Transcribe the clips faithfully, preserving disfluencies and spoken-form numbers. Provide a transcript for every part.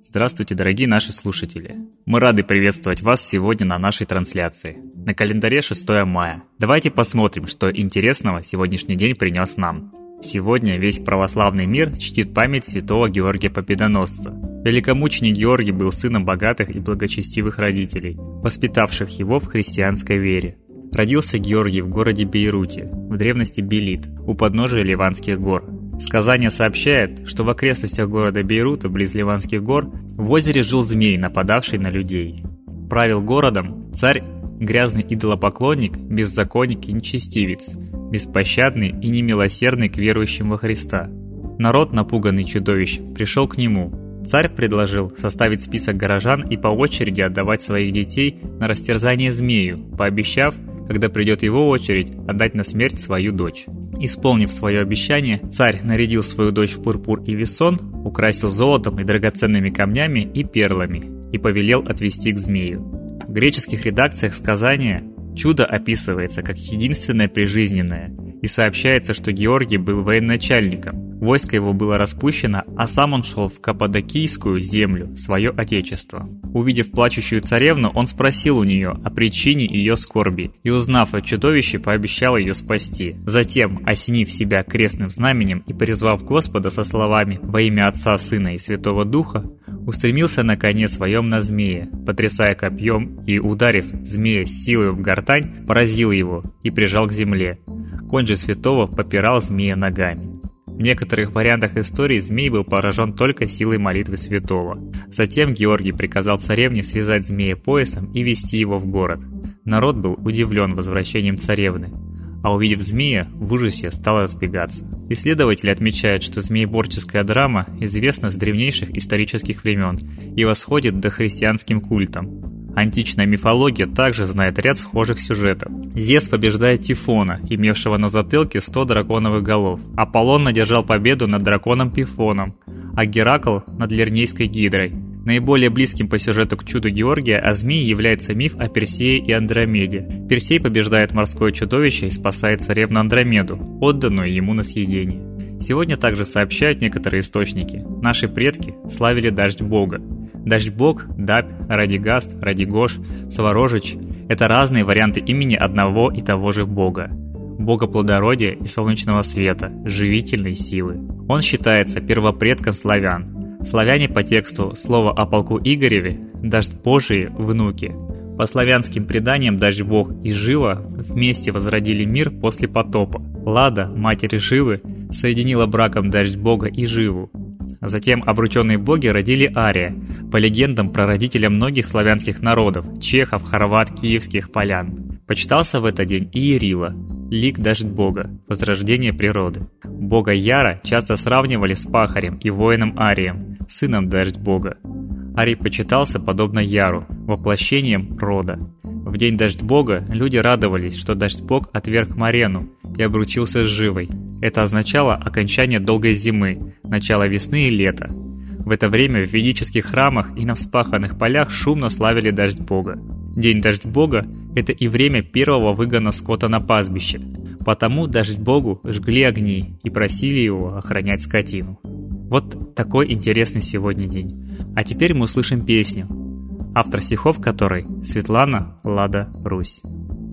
Здравствуйте, дорогие наши слушатели! Мы рады приветствовать вас сегодня на нашей трансляции. На календаре шестое мая. Давайте посмотрим, что интересного сегодняшний день принес нам. Сегодня весь православный мир чтит память святого Георгия Победоносца. Великомученик Георгий был сыном богатых и благочестивых родителей, воспитавших его в христианской вере. Родился Георгий в городе Бейруте, в древности Белит, у подножия Ливанских гор. Сказание сообщает, что в окрестностях города Бейрута, близ Ливанских гор, в озере жил змей, нападавший на людей. Правил городом царь, грязный идолопоклонник, беззаконник и нечестивец, беспощадный и немилосердный к верующим во Христа. Народ, напуганный чудовищем, пришел к нему. Царь предложил составить список горожан и по очереди отдавать своих детей на растерзание змею, пообещав, когда придет его очередь, отдать на смерть свою дочь. Исполнив свое обещание, царь нарядил свою дочь в пурпур и весон, украсил золотом и драгоценными камнями и перлами и повелел отвести к змею. В греческих редакциях сказания чудо описывается как единственное прижизненное, и сообщается, что Георгий был военачальником. Войско его было распущено, а сам он шел в Каппадокийскую землю, свое отечество. Увидев плачущую царевну, он спросил у нее о причине ее скорби и, узнав о чудовище, пообещал ее спасти. Затем, осенив себя крестным знаменем и призвав Господа со словами «Во имя Отца, Сына и Святого Духа», устремился на коне своем на змея, потрясая копьем и, ударив змея с силой в гортань, поразил его и прижал к земле. Конь же святого попирал змея ногами. В некоторых вариантах истории змей был поражен только силой молитвы святого. Затем Георгий приказал царевне связать змея поясом и вести его в город. Народ был удивлен возвращением царевны, а увидев змея, в ужасе стал разбегаться. Исследователи отмечают, что змееборческая драма известна с древнейших исторических времен и восходит до христианским культам. Античная мифология также знает ряд схожих сюжетов. Зевс побеждает Тифона, имевшего на затылке сто драконовых голов. Аполлон одержал победу над драконом Пифоном, а Геракл над Лернейской гидрой. Наиболее близким по сюжету к чуду Георгия о змее является миф о Персее и Андромеде. Персей побеждает морское чудовище и спасает царевну Андромеду, отданную ему на съедение. Сегодня также сообщают некоторые источники. Наши предки славили дождь бога. Дождь-бог, Дабь, Радигаст, Радигош, Сворожич – это разные варианты имени одного и того же бога. Бога плодородия и солнечного света, живительной силы. Он считается первопредком славян. Славяне по тексту слова о полку Игореве – дождь Божии внуки. По славянским преданиям Дождь-бог и Жива вместе возродили мир после потопа. Лада, матерь Живы, соединила браком Дождь-бога и Живу. Затем обрученные боги родили Ария, по легендам прародителя многих славянских народов – чехов, хорват, киевских, полян. Почитался в этот день и Ярила, лик Дождь-бога, возрождение природы. Бога Яра часто сравнивали с пахарем и воином Арием, сыном Дождь-бога. Арий почитался подобно Яру, воплощением рода. В день Дождь-бога люди радовались, что Дождь-бог отверг Марену и обручился с Живой. Это означало окончание долгой зимы, начало весны и лета. В это время в ведических храмах и на вспаханных полях шумно славили Дождь-бога. День Дождь-бога – это и время первого выгона скота на пастбище. Потому Дождь-богу жгли огни и просили его охранять скотину. Вот такой интересный сегодня день. А теперь мы услышим песню, автор стихов которой Светлана Лада Русь.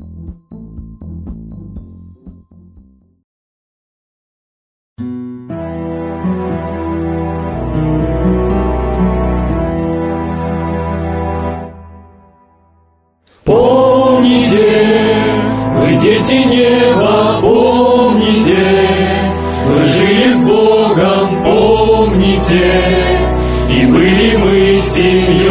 Помните, вы дети неба, помните, вы жили с Богом, помните, и были мы семьей.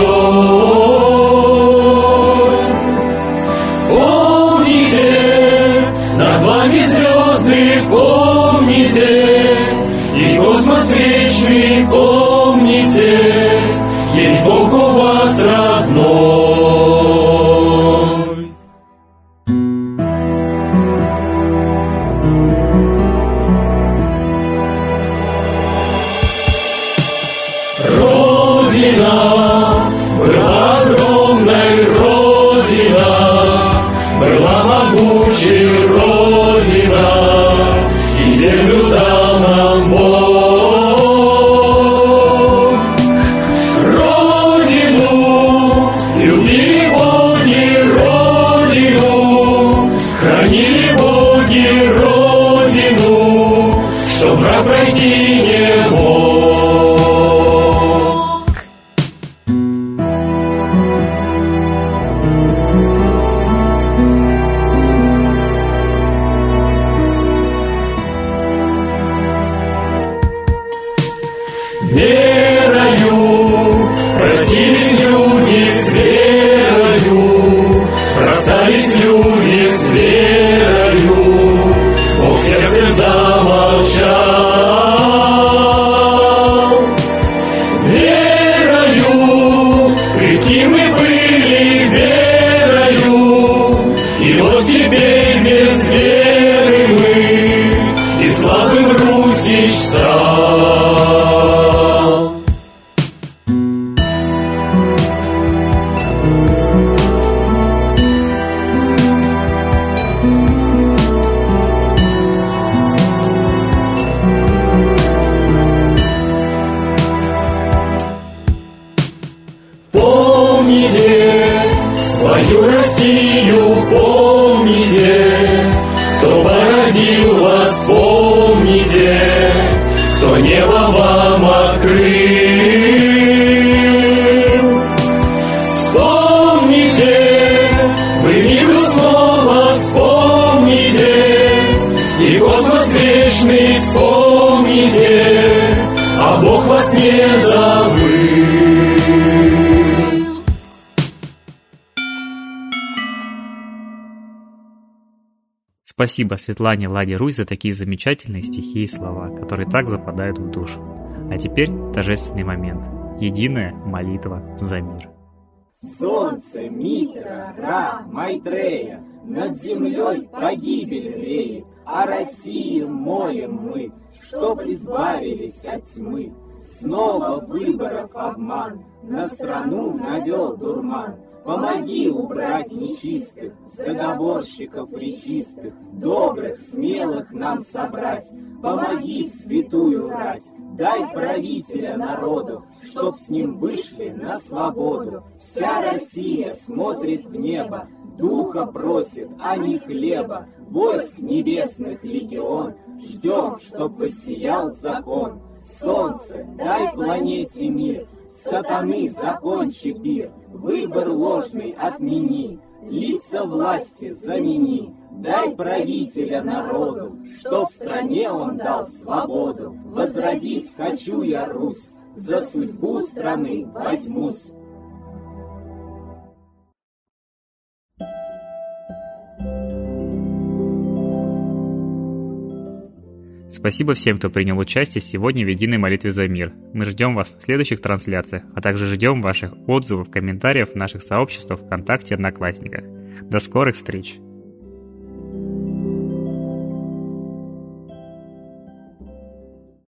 Помните, над вами звезды, помните, и космос вечный, помните, есть Бог у вас родной. Родина была огромной, Родина была могучей, Родина, и землю дал нам Бог. Родина я пройти не мог. Верою простились люди с верою, расстались люди с верою, Бог в сердце замолчал. Верою крепки мы были, верою, и вот теперь без веры мы, и слабым Русич стал. Помните свою Россию, помните, кто породил вас, помните, кто небо вам открыл. Вспомните, вы мигу снова вспомните, и космос вечный вспомните, а Бог вас не забыл. Спасибо Светлане Ладе Русь за такие замечательные стихи и слова, которые так западают в душу. А теперь торжественный момент. Единая молитва за мир. Солнце, Митра, Ра, Майтрея, над землей погибель реет, о России молим мы, чтоб избавились от тьмы. Снова выборов обман, на страну навел дурман. Помоги убрать нечистых, заговорщиков речистых, добрых, смелых нам собрать. Помоги в святую рать, дай правителя народу, чтоб с ним вышли на свободу. Вся Россия смотрит в небо, духа просит, а не хлеба. Войск небесных легион, ждем, чтоб воссиял закон. Солнце, дай планете мир, сатаны закончи пир, выбор ложный отмени, лица власти замени. Дай правителя народу, что в стране он дал свободу. Возродить хочу я Русь, за судьбу страны возьмусь. Спасибо всем, кто принял участие сегодня в единой молитве за мир. Мы ждем вас в следующих трансляциях, а также ждем ваших отзывов, комментариев в наших сообществах ВКонтакте и Одноклассниках. До скорых встреч!